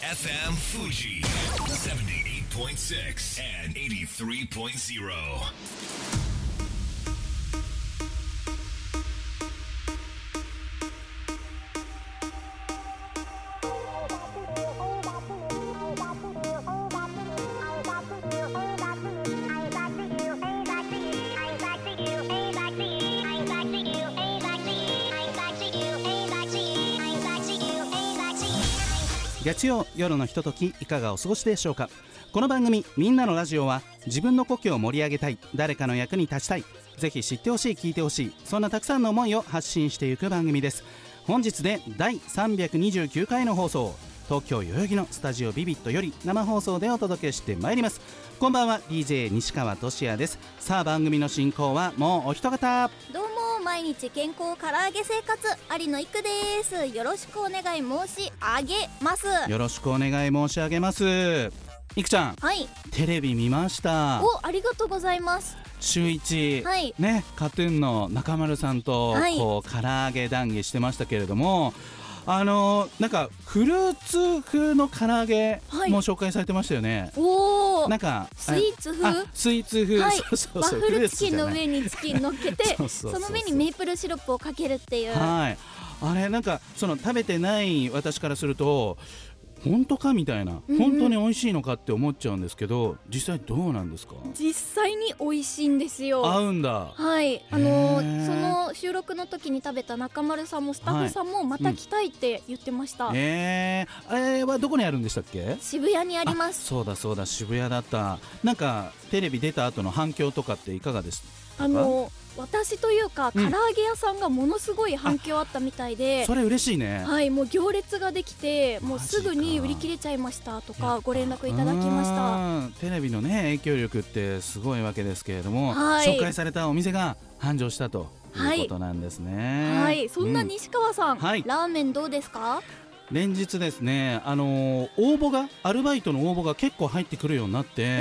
FM Fuji 78.6 and 83.0. 月曜夜のひとときいかがお過ごしでしょうか。この番組みんなのラジオは自分の故郷を盛り上げたい、誰かの役に立ちたい、ぜひ知ってほしい、聞いてほしい、そんなたくさんの思いを発信していく番組です。本日で第329回の放送、東京代々木のスタジオビビットより生放送でお届けしてまいります。こんばんは、 DJ 西川俊也です。さあ番組の進行はもうお一方、 どうも毎日健康唐揚げ生活有野いくです。よろしくお願い申し上げます。 よろしくお願い申し上げます。いくちゃん、 はい、 テレビ見ました。 お、ありがとうございます。 週一、 はい、 ね、カトゥーンの中丸さんと、 はい、 こう唐揚げ談義してましたけれども、なんかフルーツ風の唐揚げも紹介されてましたよね。 おー、 なんかスイーツ風、 スイーツ風、 はい、 そうそうワそう、 ッフルチキンの上にチキン乗っけてその上にメープルシロップをかけるっていう、 はい、あれなんかその食べてない私からすると本当かみたいな、本当に美味しいのかって思っちゃうんですけど、実際どうなんですか？ 実際に美味しいんですよ。 合うんだ。 はい、その収録の時に食べた中丸さんもスタッフさんもまた来たいって言ってました。 あれはどこにあるんでしたっけ？ 渋谷にあります。 そうだそうだ、渋谷だった。なんかテレビ出た後の反響とかっていかがですか？ 私というか、唐揚げ屋さんがものすごい反響あったみたいで、 それ嬉しいね。 はい、もう行列ができて、もうすぐに売り切れちゃいましたとかご連絡いただきました。 テレビのね影響力ってすごいわけですけれども、 はい、 紹介されたお店が繁盛したということなんですね。 はい、そんな西川さん、 はい、 ラーメンどうですか？ 連日ですね、アルバイトの応募が結構入ってくるようになって、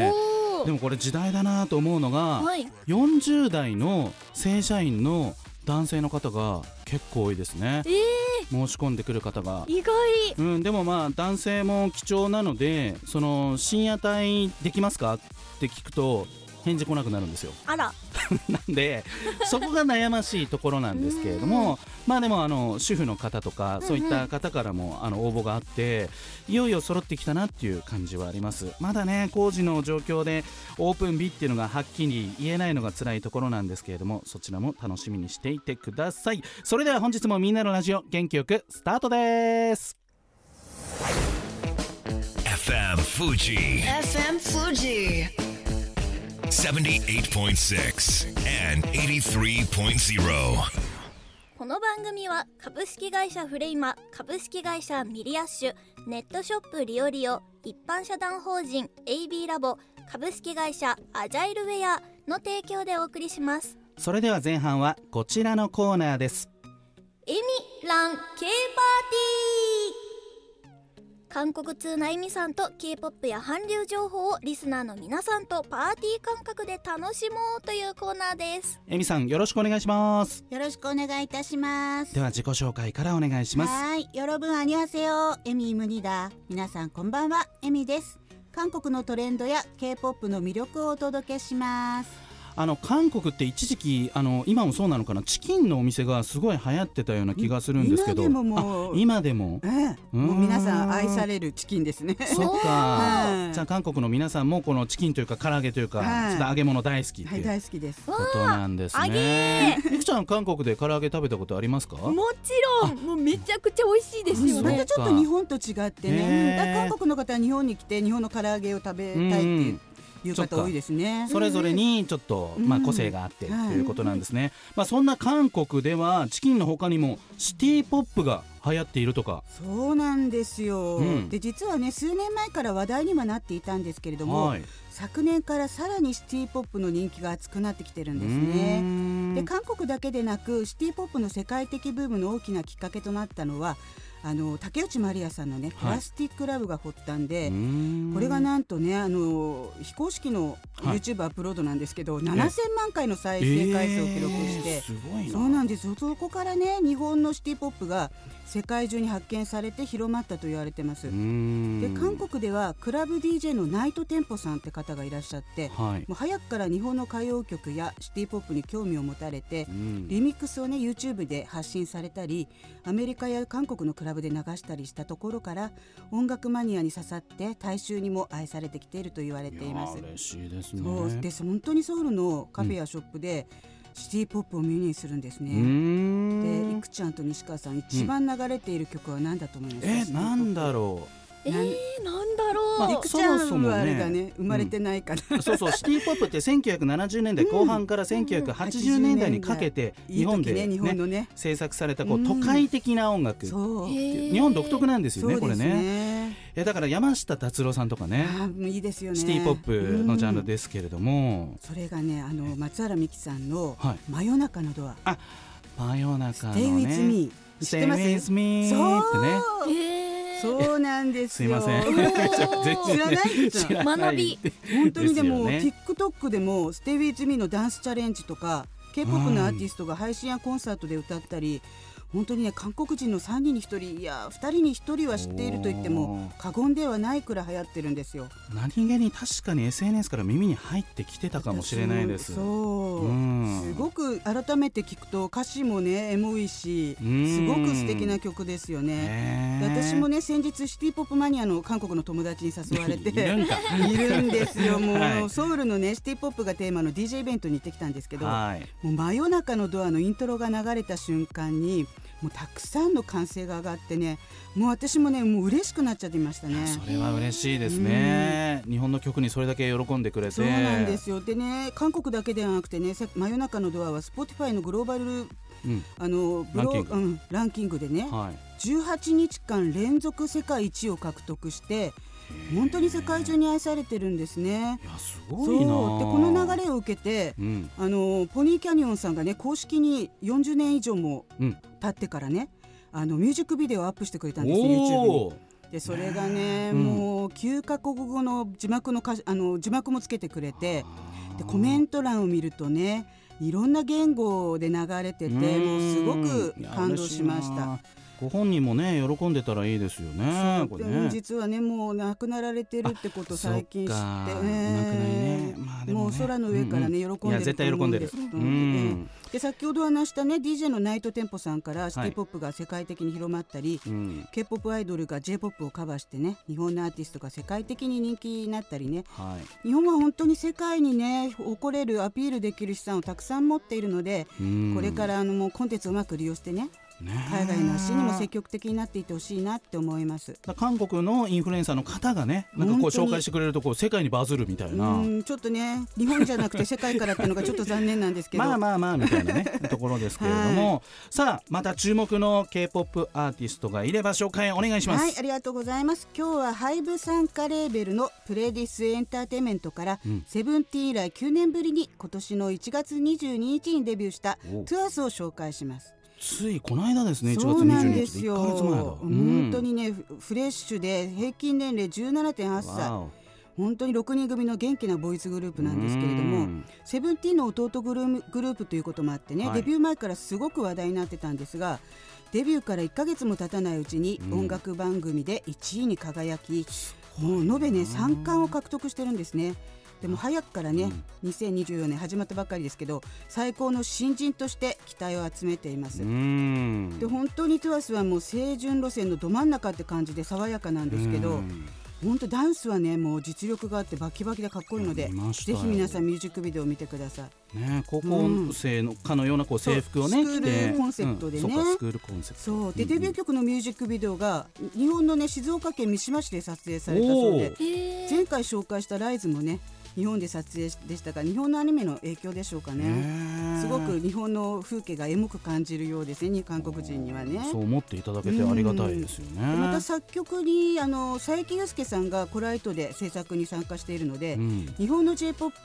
でもこれ時代だなと思うのが、はい、40代の正社員の男性の方が結構多いですね。申し込んでくる方が意外、 でもまあ男性も貴重なので、その深夜帯できますかって聞くと返事来なくなるんですよ。 あらなんでそこが悩ましいところなんですけれどもまあでも主婦の方とかそういった方からも応募があって、いよいよ揃ってきたなっていう感じはあります。まだね工事の状況でオープン日っていうのがはっきり言えないのが辛いところなんですけれども、そちらも楽しみにしていてください。それでは本日もみんなのラジオ元気よくスタートです。 FM Fuji 78.6 and 83.0。 この番組は株式会社フレイマ、株式会社ミリアッシュ、ネットショップリオリオ、一般社団法人 AB ラボ、株式会社アジャイルウェアの提供でお送りします。 それでは前半はこちらのコーナーです。 エミラン K パーティー。韓国通なエミさんと K-POP や韓流情報をリスナーの皆さんとパーティー感覚で楽しもうというコーナーです。 エミさんよろしくお願いします。 よろしくお願いいたします。 では自己紹介からお願いします。 はい、여러분 안녕하세요、エミ입니다。皆さんこんばんは、エミです。韓国のトレンドや K-POP の魅力をお届けします。 韓国って一時期今もそうなのかな、チキンのお店がすごい流行ってたような気がするんですけど、今でももう皆さん愛されるチキンですね。 そっか、じゃあ韓国の皆さんもこのチキンというか唐揚げというか、揚げ物大好きっていう、 大好きですことなんですね。みくちゃん韓国で唐揚げ食べたことありますか？ もちろん、もうめちゃくちゃ美味しいですよね。 またちょっと日本と違ってね、韓国の方は日本に来て日本の唐揚げを食べたいっていう方多いですね。 それぞれにちょっと、個性があってということなんですね。そんな韓国ではチキンの他にもシティポップが流行っているとか。 そうなんですよ、で実はね数年前から話題にはなっていたんですけれども、昨年からさらにシティポップの人気が熱くなってきてるんですね。で韓国だけでなくシティポップの世界的ブームの大きなきっかけとなったのは竹内まりやさんのね、プラスティックラブが発端で、これがなんとね非公式の YouTube アップロードなんですけど、7000万回の再生回数を記録して、 すごいな。 そうなんですよ。そこからね日本のシティポップが世界中に発見されて広まったと言われてます。で韓国ではクラブ DJ のナイトテンポさんって方がいらっしゃって、もう早くから日本の歌謡曲やシティポップに興味を持たれて、リミックスをね YouTube で発信されたり、アメリカや韓国のクラブで流したりしたところから音楽マニアに刺さって大衆にも愛されてきていると言われています。 嬉しいですね。 そうです。本当にソウルのカフェやショップで、シティポップを耳にするんですね。で、いくちゃんと西川さん、一番流れている曲は何だと思いますか？ なんだろう。 なんだろう。 いくちゃんはあれだね、生まれてないから、 そうそう、シティポップって1970年代後半から1980年代にかけて日本で、 日本のね制作された都会的な音楽、日本独特なんですよね、これね。だから山下達郎さんとかね、 いいですよね、 シティポップのジャンルですけれども、 それがね松原美樹さんの真夜中のドア、 真夜中のね Stay with me 知ってます？ Stay with me ってね。 そうなんですよ。 すいません。 知らない？ 学び。 本当にでも TikTok でも Stay with me のダンスチャレンジとか K-POP のアーティストが配信やコンサートで歌ったり、本当にね韓国人の3人に1人いや2人に1人は知っていると言っても過言ではないくらい流行ってるんですよ。 何気に確かに SNS から耳に入ってきてたかもしれないです。 そう、すごく改めて聞くと歌詞もねエモいし、すごく素敵な曲ですよね。で私もね先日シティポップマニアの韓国の友達に誘われているんですよ。もう、ソウルのねシティポップがテーマの DJ イベントに行ってきたんですけど、もう真夜中のドアのイントロが流れた瞬間にもうたくさんの歓声が上がってね、もう私もねもう嬉しくなっちゃってましたね。 それは嬉しいですね。日本の曲にそれだけ喜んでくれて。 そうなんですよ。でね韓国だけではなくてね、真夜中のドアは Spotify のグローバル、ランキングでね、18日間連続世界一を獲得して本当に世界中に愛されてるんですね。 いやすごいな。 そうでこの流れを受けて、ポニーキャニオンさんがね公式に40年以上も経ってからね、ミュージックビデオをアップしてくれたんですよ YouTube に。でそれがね、もう9カ国語の字幕もつけてくれて、でコメント欄を見るとねいろんな言語で流れてて、もうすごく感動しました。 ご本人もね喜んでたらいいですよね。 これね実はねもう亡くなられてるってことを最近知って、もう空の上からね喜んでると思うんです。 絶対喜んでる。 で先ほど話したね DJ のナイトテンポさんからシティポップが世界的に広まったり、K-POP アイドルが J-POP をカバーしてね日本のアーティストが世界的に人気になったりね、日本は本当に世界にね誇れるアピールできる資産をたくさん持っているので、これからもうコンテンツをうまく利用してね海外の足にも積極的になっていってほしいなって思います。 韓国のインフルエンサーの方がねなんかこう紹介してくれるとこう世界にバズるみたいな、 ちょっとね日本じゃなくて世界からっていうのがちょっと残念なんですけどまあみたいなねところですけれども、さあまた注目の K-POP アーティストがいれば紹介お願いします。 はい、ありがとうございます。今日はハイブ参加レーベルのプレディスエンターテインメントからセブンティーン以来9年ぶりに今年の1月22日にデビューしたトゥアースを紹介します。 ついこの間ですね、1月そうなん 22 ですよ。 日で1ヶ月前だ。 本当にねフレッシュで平均年齢 17.8 歳、本当に6人組の元気なボーイズグループなんですけれども、セブンティーンの弟グループということもあってね、デビュー前からすごく話題になってたんですが、デビューから1ヶ月も経たないうちに音楽番組で1位に輝き、もう延べね3冠を獲得してるんですね。でも早くからね、2024年始まったばかりですけど最高の新人として期待を集めています。で本当にトゥアースはもう清純路線のど真ん中って感じで爽やかなんですけど、本当ダンスはねもう実力があってバキバキでかっこいいので、ぜひ皆さんミュージックビデオを見てください。 高校生のかのようなこう制服をね着て、 スクールコンセプトでね、 スクールコンセプト。 そうでデビュー曲のミュージックビデオが日本のね静岡県三島市で撮影されたそうで、前回紹介したライズもね日本で撮影でしたが、日本のアニメの影響でしょうかね。すごく日本の風景がエモく感じるようですね、韓国人にはね。 そう思っていただけてありがたいですよね。 また作曲に佐伯祐介さんがコライトで制作に参加しているので、日本の J-POP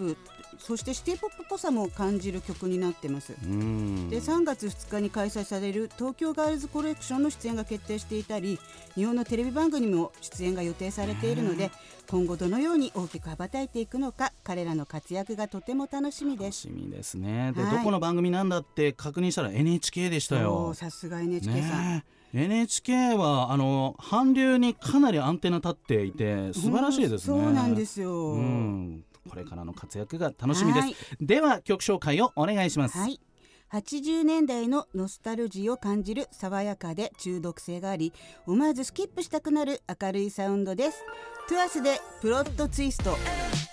そしてシティポップっぽさも感じる曲になってます。で3月2日に開催される東京ガールズコレクションの出演が決定していたり、日本のテレビ番組にも出演が予定されているので、今後どのように大きく羽ばたいていくのか、彼らの活躍がとても楽しみです。 楽しみですね。で、どこの番組なんだって確認したら NHK でしたよ。 さすが NHK さん、 NHK は韓流にかなりアンテナ立っていて素晴らしいですね。 そうなんですよ、 これからの活躍が楽しみです。では曲紹介をお願いします。 80年代のノスタルジーを感じる爽やかで中毒性があり、思わずスキップしたくなる明るいサウンドです。トゥアスでプロットツイスト。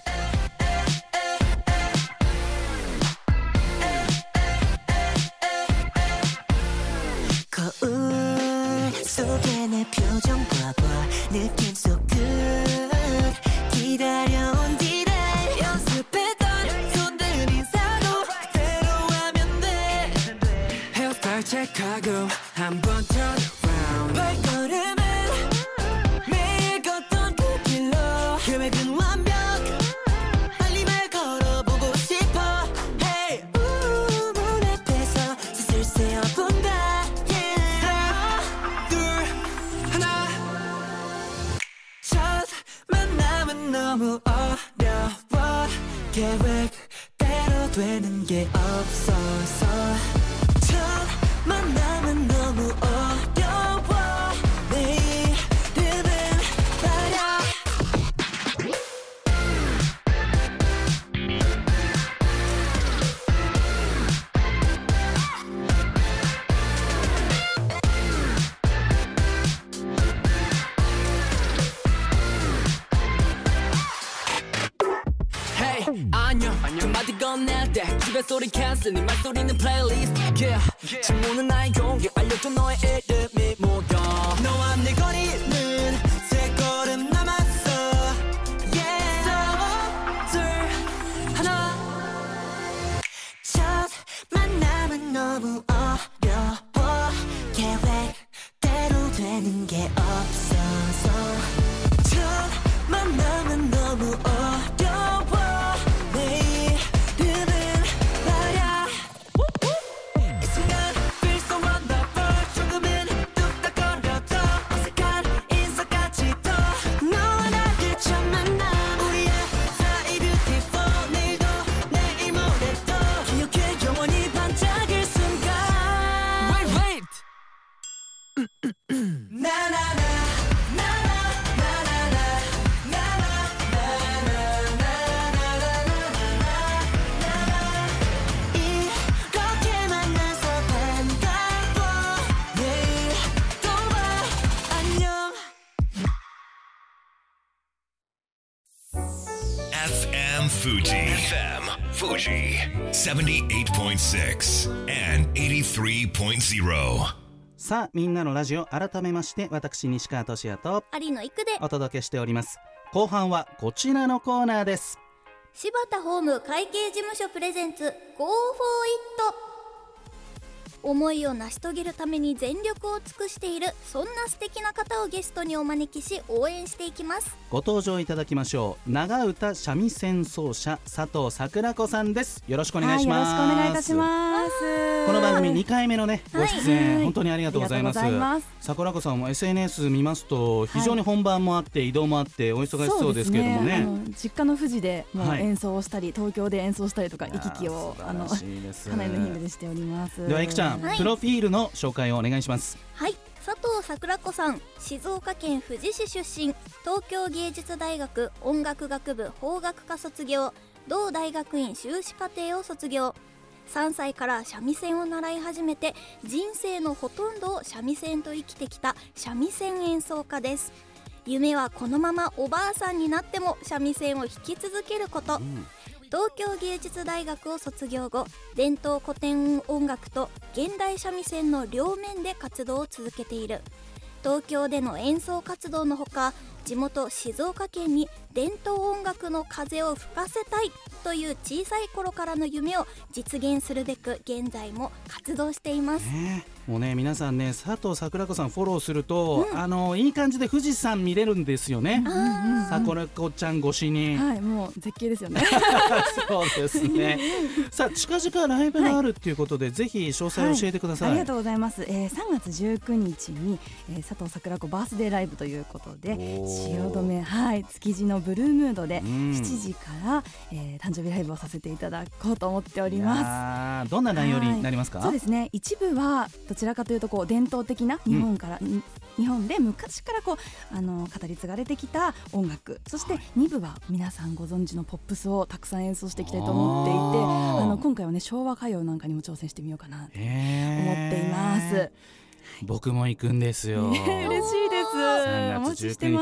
속에 내 표정 봐봐 느낌 so good 기다려온 디레이 연습했던 손들 인사도 그대로 하면 돼 헤어스타일 체크하고 한번 turn around 발걸음은 매일 걷던 그 길로 계획은 완벽 빨리 말 걸어보고 싶어 Hey 문 앞에서 슬슬 세어본다 너무 어려워 계획대로 되는 게 없어서 첫 만남은 너무 어려워 내 이름은 말야 안녕 한마디 건넬 때 주변 소리 캔슬 네 말소리는 플레이리스트 yeah 질문은 나의 공개 알려줘 너의 이름이 뭐야 너와 내 거리는 세 걸음 남았어 yeah 둘 하나 첫 만남은 너무 어려워 계획대로 되는 게 없어서 첫 만남은 너무 어려워 Fuji 78.6 and 83.0。 さあみんなのラジオ、改めまして私西川俊也と有野育でお届けしております。後半はこちらのコーナーです。 柴田ホーム会計事務所プレゼンツ Go for it。思いを成し遂げるために全力を尽くしている、そんな素敵な方をゲストにお招きし応援していきます。 ご登場いただきましょう。長唄三味線奏者佐藤桜子さんです。よろしくお願いします。 よろしくお願いいたします。 この番組2回目のねご出演、本当にありがとうございます。桜子さんも SNS 見ますと非常に本番もあって移動もあってお忙しそうですけれどもね、 実家の富士でもう演奏をしたり、東京で演奏したりとか行き来をかなりの頻度でしております。 ではいくちゃん、プロフィールの紹介をお願いします。 はい、佐藤桜子さん、静岡県富士市出身、東京芸術大学音楽学部邦楽科卒業、同大学院修士課程を卒業。3歳から三味線を習い始めて、人生のほとんどを三味線と生きてきた三味線演奏家です。夢はこのままおばあさんになっても三味線を弾き続けること。東京芸術大学を卒業後、伝統古典音楽と現代三味線の両面で活動を続けている。東京での演奏活動のほか、地元静岡県に伝統音楽の風を吹かせたいという小さい頃からの夢を実現するべく現在も活動しています。 もうね皆さんね佐藤桜子さんフォローすると、いい感じで富士山見れるんですよね。桜子ちゃん越しに、 はい、もう絶景ですよねそうですねさあ近々ライブがあるっていうことで、ぜひ詳細を教えてください。 ありがとうございます。3月19日に、佐藤桜子バースデーライブということで汐留、築地のブルームードで7時から、誕生日ライブをさせていただこうと思っております。 どんな内容になりますか？ そうですね、一部はどちらかというとこう伝統的な日本で昔からこう語り継がれてきた音楽、そして2部は皆さんご存知のポップスをたくさん演奏していきたいと思っていて、今回はね昭和歌謡なんかにも挑戦してみようかなと思っています。 僕も行くんですよ。 嬉しいです。お待ちしてます。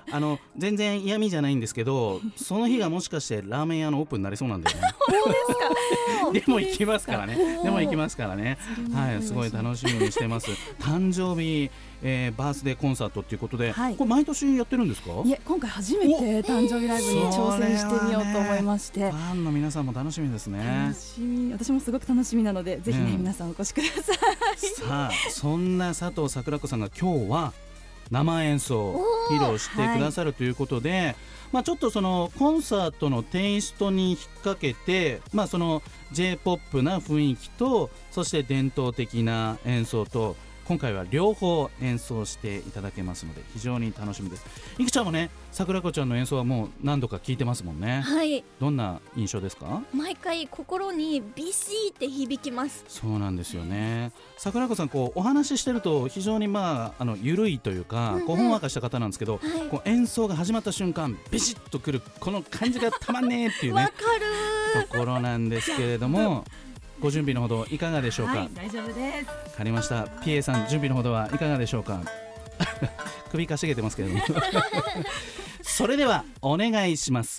全然嫌味じゃないんですけど、その日がもしかしてラーメン屋のオープンになりそうなんだよねそうですかでも行きますからね。はい、すごい楽しみにしてます誕生日、バースデーコンサートということで、これ毎年やってるんですか？ いえ、今回初めて誕生日ライブに挑戦してみようと思いまして、 ファンの皆さんも楽しみですね。 私もすごく楽しみなので、ぜひね、皆さんお越しください。 さあ、そんな佐藤桜子さんが今日は生演奏を披露してくださるということで、ちょっとそのコンサートのテイストに引っ掛けて、その J-POP な雰囲気と、そして伝統的な演奏と、今回は両方演奏していただけますので非常に楽しみです。いくちゃんもね、桜子ちゃんの演奏はもう何度か聞いてますもんね。 はい。 どんな印象ですか？ 毎回心にビシーって響きます。 そうなんですよね。桜子さん、こうお話ししてると非常に緩いというか、ほんわかした方なんですけど、こう演奏が始まった瞬間ビシッとくるこの感じがたまんねえっていうねわかるところなんですけれどもご準備のほどいかがでしょうか？ はい、大丈夫です。 わかりました。 PA さん、準備のほどはいかがでしょうか？首かしげてますけれどもそれではお願いします。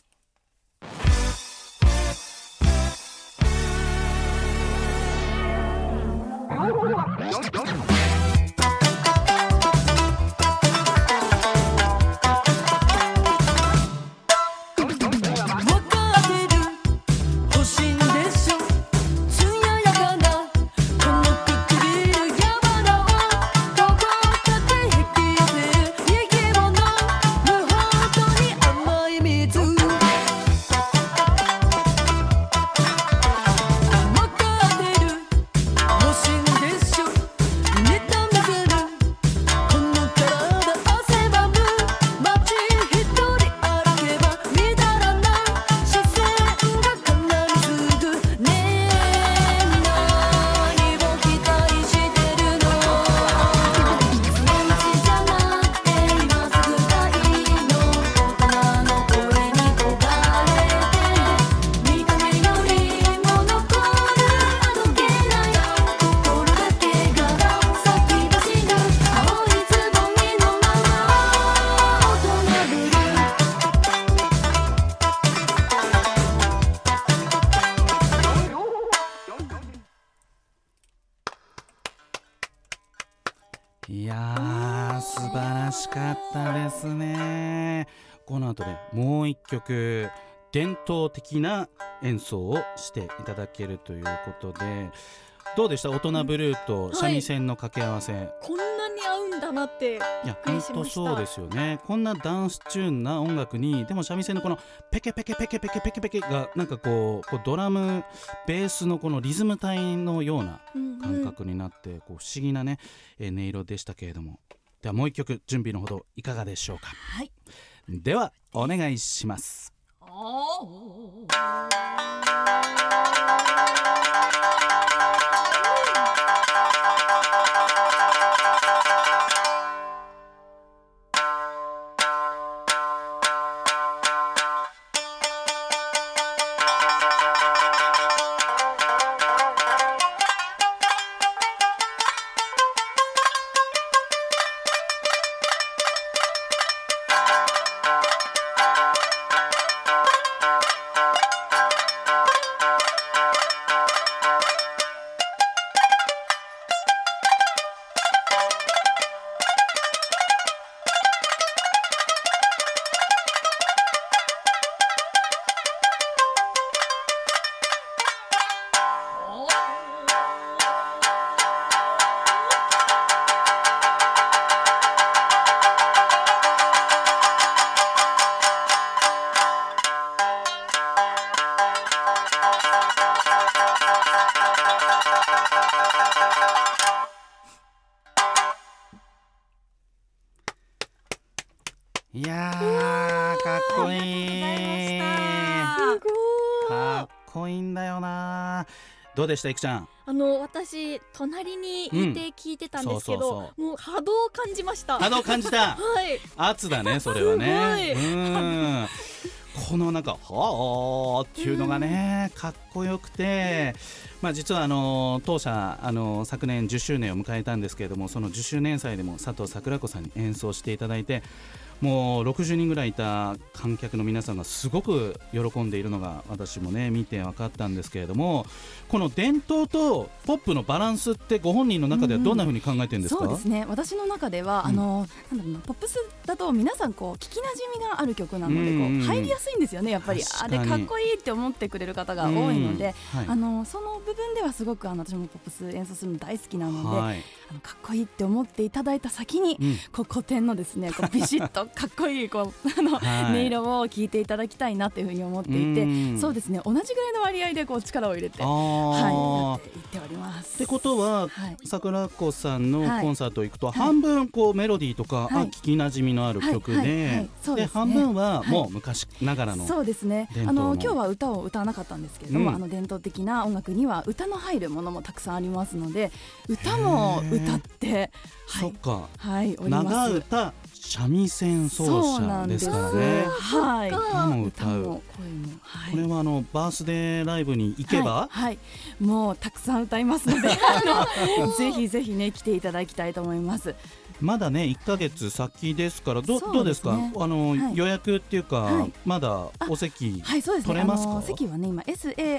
いやー、素晴らしかったですね。この後でもう一曲伝統的な演奏をしていただけるということで、どうでした？大人ブルーと三味線の掛け合わせ、 こんなに合うんだなってびっくりしました。 本当そうですよね。こんなダンスチューンな音楽にでも三味線のこのペケペケペケペケペケペケがなんかこうドラムベースのこのリズム体のような感覚になって、こう不思議なね音色でしたけれども、ではもう一曲準備のほどいかがでしょうか？ はい、 ではお願いします。 やーかっこいい。 すごいかっこいいんだよな。どうでしたいくちゃん。 私隣にいて聞いてたんですけど、 そうそうもう波動を感じました。 波動感じた。 はい圧だねそれはね。 すこのなんかはーっていうのがね、かっこよくて、実は当社昨年10周年を迎えたんですけれども、その10周年祭でも佐藤桜子さんに演奏していただいて、もう60人ぐらいいた観客の皆さんがすごく喜んでいるのが私もね見て分かったんですけれども、この伝統とポップのバランスってご本人の中ではどんな風に考えてるんですか？ そうですね、私の中では、なんだろうな、ポップスだと皆さんこう聞きなじみがある曲なので、こう入りやすいんですよね、やっぱり。でかっこいいって思ってくれる方が多いので、その部分ではすごく私もポップス演奏するの大好きなので、かっこいいって思っていただいた先に、こう古典のですね、こうビシッとかっこいいこう音色を聴いていただきたいなというふうに思っていて、そうですね、同じぐらいの割合でこう力を入れて、やっていっております。 ってことは、桜子さんのコンサート行くと、半分こうメロディーとか、聞きなじみのある曲で、半分はもう昔ながらの、 そうですね、今日は歌を歌わなかったんですけれども、伝統的な音楽には歌の入るものもたくさんありますので、歌も歌って、 そっか、 おります。 長歌三味線奏者ですからね。歌も歌う。これはバースデーライブに行けば、 もうたくさん歌いますのでぜひぜひね来ていただきたいと思います。 まだね1ヶ月先ですから、どうですか、予約っていうか、まだお席取れますか？ 席はね今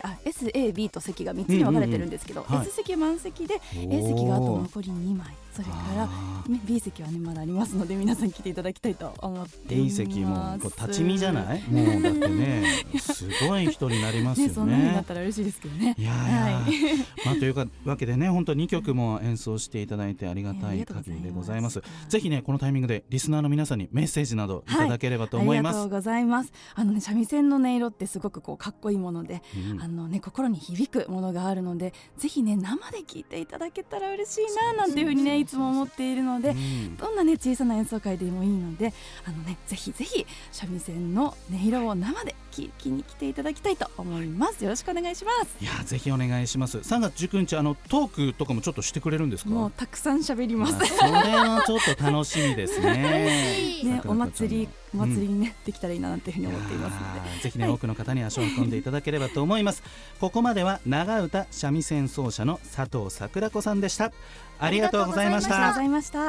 SAB と席が3つに分かれてるんですけど、S 席は満席で A 席があと残り2枚、それから、B 席はねまだありますので、皆さん来ていただきたいと思っています。 A 席も立ち見じゃない？もうだってねすごい人になりますよね。 そんな風になったら嬉しいですけどね。 というわけでね、本当に2曲も演奏していただいてありがたい限りでございます。ぜひねこのタイミングでリスナーの皆さんにメッセージなどいただければと思います。 ありがとうございます。三味線の音色ってすごくこうかっこいいもので、心に響くものがあるので、ぜひね生で聴いていただけたら嬉しいななんていうふうにねいつも思っているので、どんなね小さな演奏会でもいいので、ぜひぜひ三味線の音色を生で聴きに来ていただきたいと思います。よろしくお願いします。 いやぜひお願いします。3月19日トークとかもちょっとしてくれるんですか？ もうたくさん喋ります。 それはちょっと楽しみですね。 お祭りにねできたらいいななんていうふうに思っていますので、 ぜひね多くの方に足を運んでいただければと思います。ここまでは長歌三味線奏者の佐藤桜子さんでした。ありがとうございました。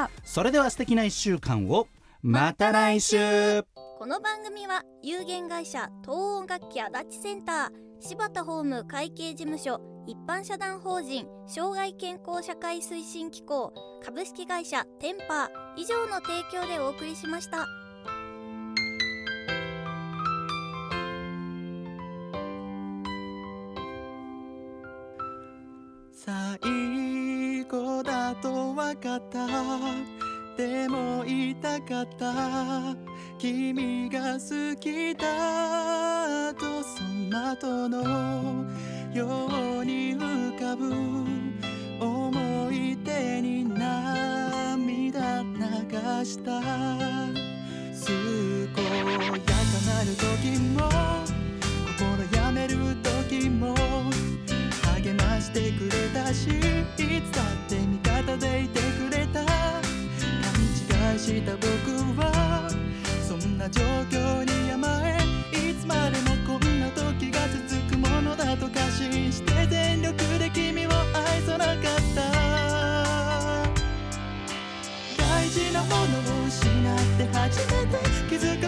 それでは素敵な1週間を。また来週。 この番組は有限会社東音楽器足立センター、柴田ホーム会計事務所、一般社団法人障害健康社会推進機構株式会社テンパー以上の提供でお送りしました。 最後だと分かった、でも痛かった、君が好きだとその後のように浮かぶ思い出に涙流した。健やかなる時も心やめる時も励ましてくれたし、いつだって味方でいてくれた。勘違いした僕はそんな状況に甘え、いつまでもこんな時が続くものだと過信して全力で君を愛さなかった。大事なものを失って初めて気づく